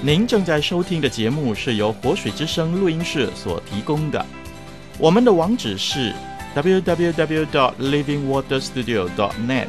您正在收听的节目是由活水之声录音室所提供的。我们的网址是 www.livingwaterstudio.net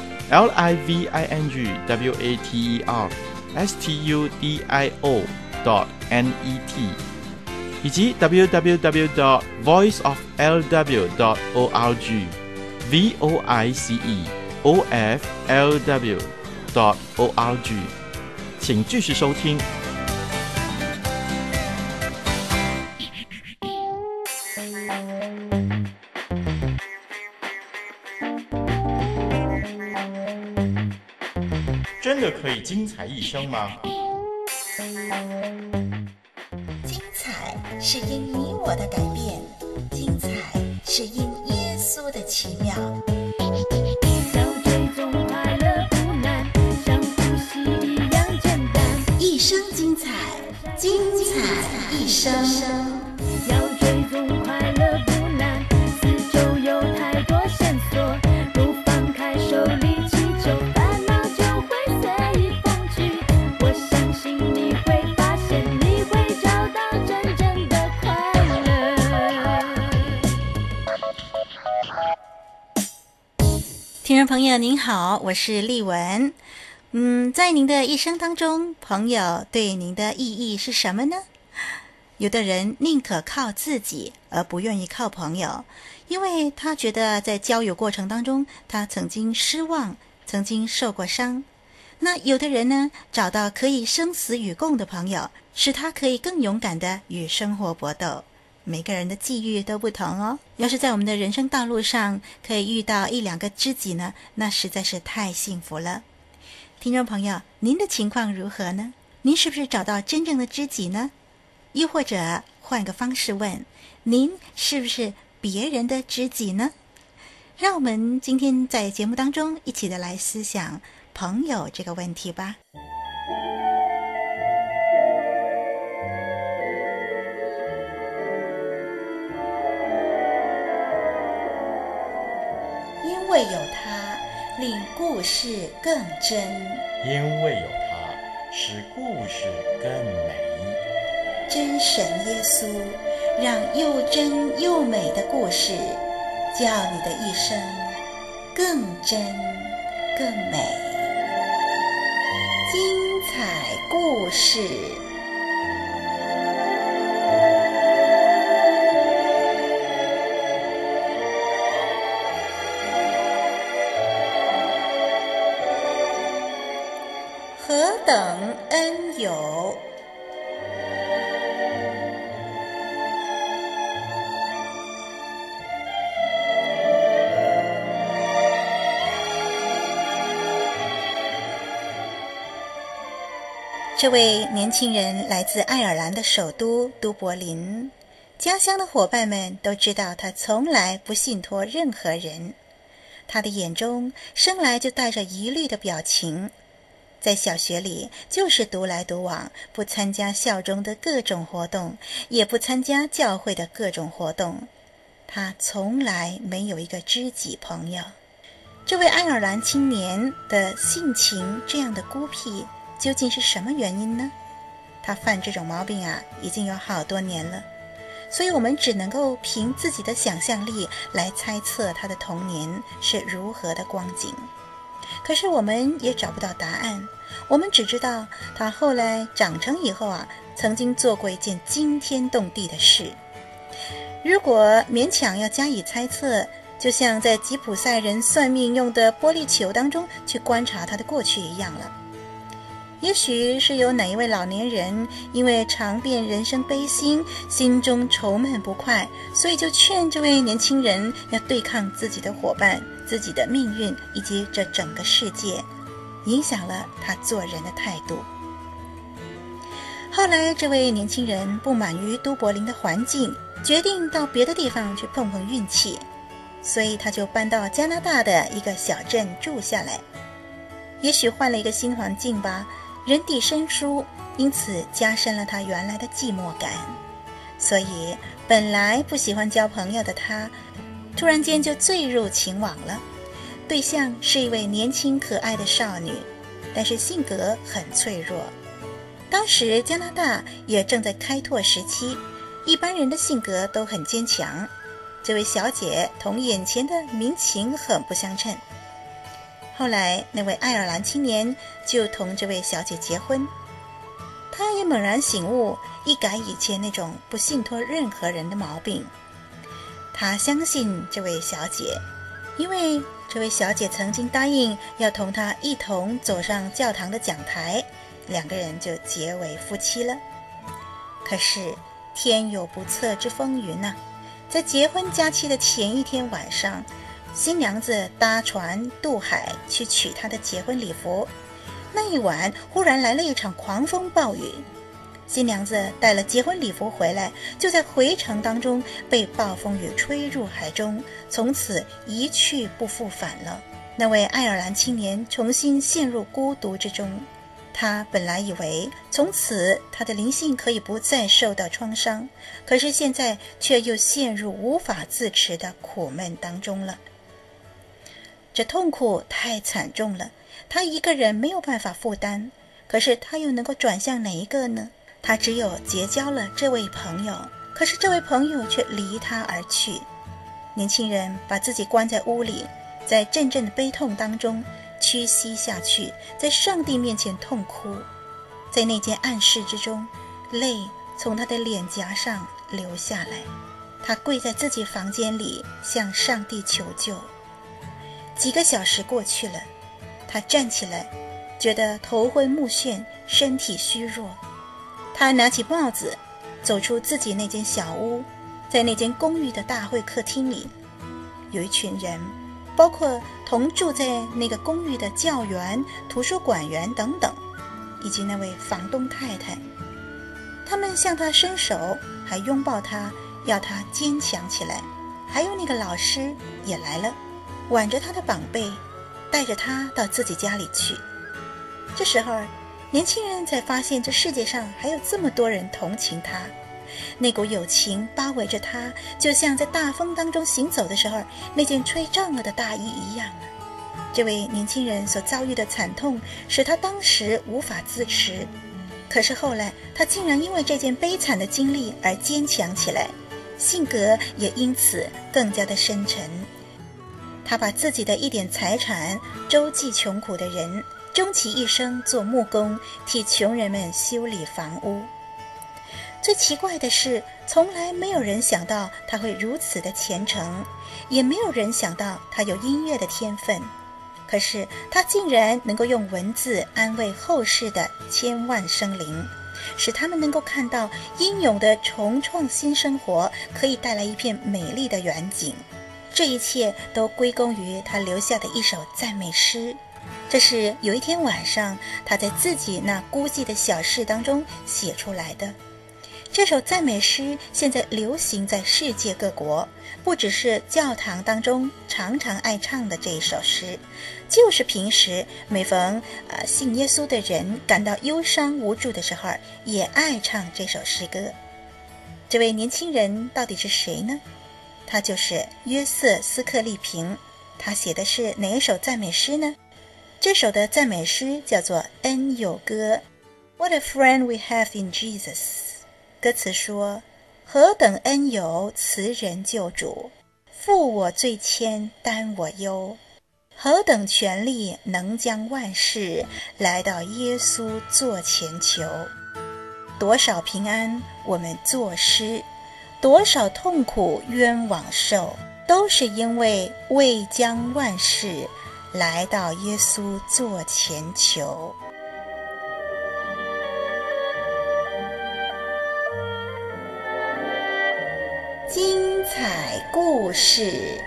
livingwaterstudio.net 以及 www.voiceoflw.org voiceoflw.org 请继续收听。真的可以精彩一生吗？ 精彩是因你我的改变，精彩是因耶稣的奇妙。 想追踪快乐不难，像呼吸一样简单。 一生精彩，精彩一生。 要追踪快乐不难，四周有太多线索，不放开手里祈求，烦恼就会随意风去。我相信你会发现，你会找到真正的快乐。 听众朋友您好，我是丽文。在您的一生当中，朋友对您的意义是什么呢？有的人宁可靠自己，而不愿意靠朋友，因为他觉得在交友过程当中，他曾经失望，曾经受过伤。那有的人呢，找到可以生死与共的朋友，使他可以更勇敢地与生活搏斗。每个人的际遇都不同哦。要是在我们的人生道路上可以遇到一两个知己呢，那实在是太幸福了。听众朋友，您的情况如何呢？您是不是找到真正的知己呢？又或者换个方式问，您是不是别人的知己呢？让我们今天在节目当中一起的来思想朋友这个问题吧。因为有他，令故事更真； 因为有他，使故事更美。 真神耶稣，让又真又美的故事，叫你的一生更真更美。精彩故事。何等恩友！这位年轻人来自爱尔兰的首都都柏林，家乡的伙伴们都知道他从来不信托任何人，他的眼中生来就带着疑虑的表情。在小学里就是独来独往，不参加校中的各种活动，也不参加教会的各种活动。他从来没有一个知己朋友。这位爱尔兰青年的性情这样的孤僻，究竟是什么原因呢？他犯这种毛病已经有好多年了，所以我们只能够凭自己的想象力来猜测他的童年是如何的光景。可是我们也找不到答案，我们只知道他后来长成以后曾经做过一件惊天动地的事。如果勉强要加以猜测，就像在吉普赛人算命用的玻璃球当中去观察他的过去一样了。也许是有哪一位老年人因为尝遍人生悲辛，心中愁闷不快，所以就劝这位年轻人要对抗自己的伙伴、自己的命运以及这整个世界，影响了他做人的态度。后来这位年轻人不满于都柏林的环境，决定到别的地方去碰碰运气，所以他就搬到加拿大的一个小镇住下来。也许换了一个新环境吧，人地生疏，因此加深了他原来的寂寞感。所以本来不喜欢交朋友的他，突然间就坠入情网了。对象是一位年轻可爱的少女，但是性格很脆弱。 当时加拿大也正在开拓时期，一般人的性格都很坚强。这位小姐同眼前的民情很不相称。后来那位爱尔兰青年就同这位小姐结婚，他也猛然醒悟，一改以前那种不信托任何人的毛病。他相信这位小姐，因为这位小姐曾经答应要同他一同走上教堂的讲台，两个人就结为夫妻了。可是天有不测之风云啊，在结婚假期的前一天晚上，新娘子搭船渡海去取她的结婚礼服。那一晚忽然来了一场狂风暴雨，新娘子带了结婚礼服回来，就在回程当中被暴风雨吹入海中，从此一去不复返了。那位爱尔兰青年重新陷入孤独之中，他本来以为从此他的灵性可以不再受到创伤，可是现在却又陷入无法自持的苦闷当中了。这痛苦太惨重了，他一个人没有办法负担，可是他又能够转向哪一个呢？他只有结交了这位朋友，可是这位朋友却离他而去。年轻人把自己关在屋里，在阵阵的悲痛当中屈膝下去，在上帝面前痛哭。在那间暗室之中，泪从他的脸颊上流下来。他跪在自己房间里，向上帝求救。几个小时过去了，他站起来，觉得头昏目眩，身体虚弱。他拿起帽子，走出自己那间小屋，在那间公寓的大会客厅里，有一群人，包括同住在那个公寓的教员、图书馆员等等，以及那位房东太太。他们向他伸手，还拥抱他，要他坚强起来。还有那个老师也来了，挽着他的膀背，带着他到自己家里去。这时候年轻人才发现这世界上还有这么多人同情他，那股友情包围着他，就像在大风当中行走的时候那件吹胀了的大衣一样。这位年轻人所遭遇的惨痛使他当时无法自持，可是后来他竟然因为这件悲惨的经历而坚强起来，性格也因此更加的深沉。他把自己的一点财产周济穷苦的人，终其一生做木工，替穷人们修理房屋。最奇怪的是，从来没有人想到他会如此的虔诚，也没有人想到他有音乐的天分。可是他竟然能够用文字安慰后世的千万生灵，使他们能够看到英勇的重创新生活可以带来一片美丽的远景。这一切都归功于他留下的一首赞美诗。这是有一天晚上他在自己那孤寂的小室当中写出来的。这首赞美诗现在流行在世界各国，不只是教堂当中常常爱唱的这一首诗，就是平时每逢信耶稣的人感到忧伤无助的时候，也爱唱这首诗歌。这位年轻人到底是谁呢？他就是约瑟斯克利平。他写的是哪一首赞美诗呢？这首的赞美诗叫做《恩友歌》 What a friend we have in Jesus。 歌词说，何等恩友慈人救主，负我罪愆担我忧，何等权力能将万事来到耶稣座前求。多少平安我们作诗，多少痛苦冤枉受，都是因为未将万事来到耶稣座前求。精彩故事。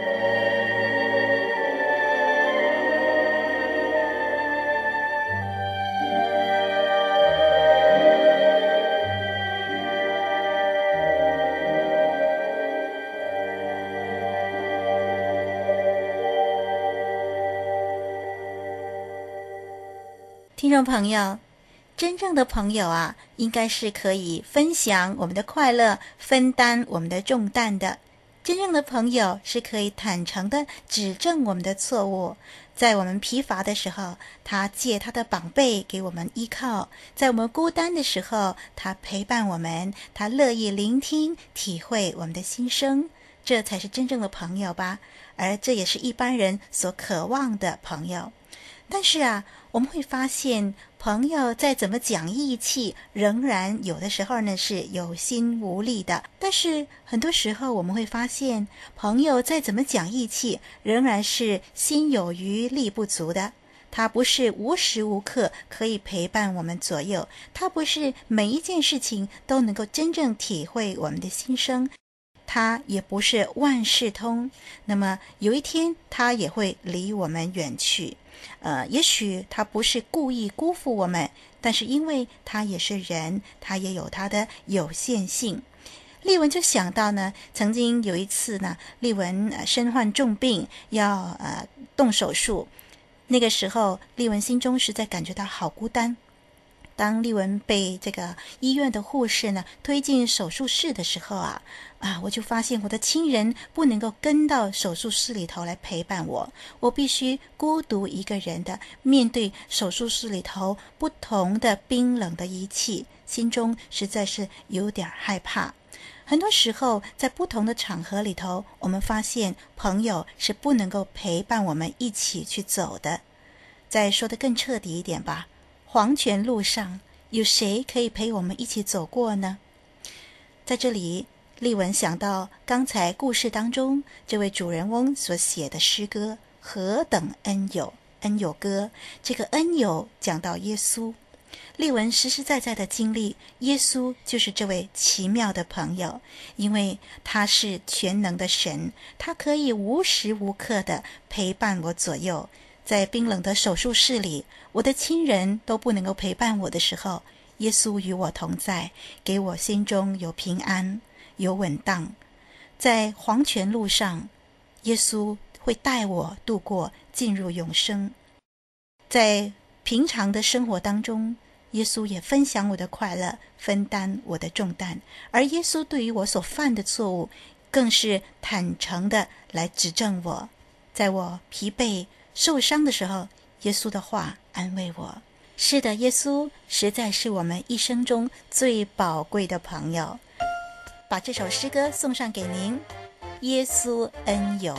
听众朋友，真正的朋友啊，应该是可以分享我们的快乐，分担我们的重担的。 真正的朋友是可以坦诚地指正我们的错误，在我们疲乏的时候，他借他的膀臂给我们依靠；在我们孤单的时候，他陪伴我们，他乐意聆听、体会我们的心声。这才是真正的朋友吧，而这也是一般人所渴望的朋友。但是我们会发现，朋友再怎么讲义气，仍然有的时候呢是有心无力的。但是很多时候我们会发现，朋友再怎么讲义气，仍然是心有余力不足的。他不是无时无刻可以陪伴我们左右，他不是每一件事情都能够真正体会我们的心声，他也不是万事通。那么有一天他也会离我们远去。也许他不是故意辜负我们，但是因为他也是人，他也有他的有限性。丽文就想到呢，曾经有一次呢，丽文身患重病，要动手术。那个时候丽文心中实在感觉到好孤单。当丽文被这个医院的护士呢推进手术室的时候我就发现我的亲人不能够跟到手术室里头来陪伴我，我必须孤独一个人的面对手术室里头不同的冰冷的仪器，心中实在是有点害怕。很多时候在不同的场合里头，我们发现朋友是不能够陪伴我们一起去走的。再说得更彻底一点吧，黄泉路上有谁可以陪我们一起走过呢？在这里丽文想到刚才故事当中这位主人翁所写的诗歌，何等恩友，恩友歌。这个恩友讲到耶稣，丽文实实在在的经历耶稣就是这位奇妙的朋友，因为他是全能的神，他可以无时无刻的陪伴我左右。在冰冷的手术室里，我的亲人都不能够陪伴我的时候，耶稣与我同在，给我心中有平安，有稳当。在黄泉路上，耶稣会带我度过，进入永生。在平常的生活当中，耶稣也分享我的快乐，分担我的重担，而耶稣对于我所犯的错误更是坦诚的来指正我。在我疲惫受伤的时候，耶稣的话安慰我。是的，耶稣实在是我们一生中最宝贵的朋友。把这首诗歌送上给您，耶稣恩友。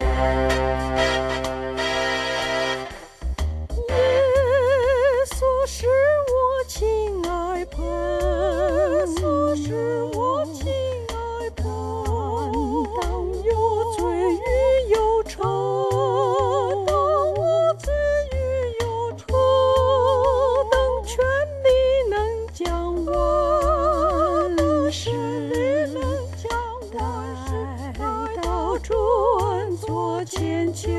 耶稣是我亲爱朋友，耶稣是我亲爱朋友，当有罪与忧愁，当我罪与忧愁，能全力能将我的事带到主恩座前求。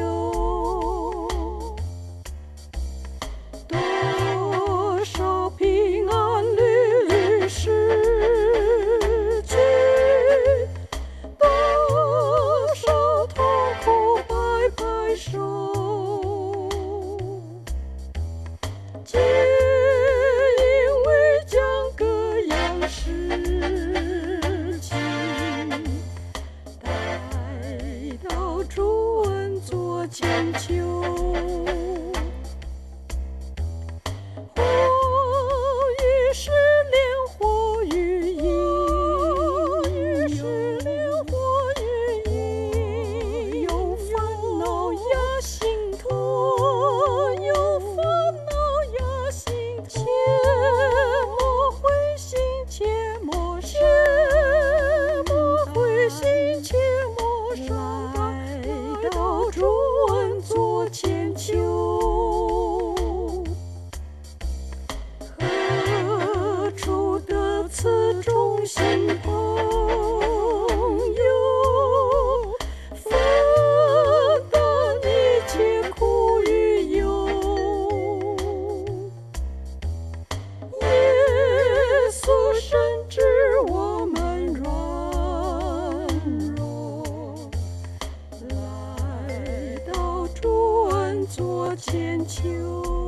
多少平安屡屡失去，多少痛苦白白受，皆因为将各样事情带到主恩座前求。座前求。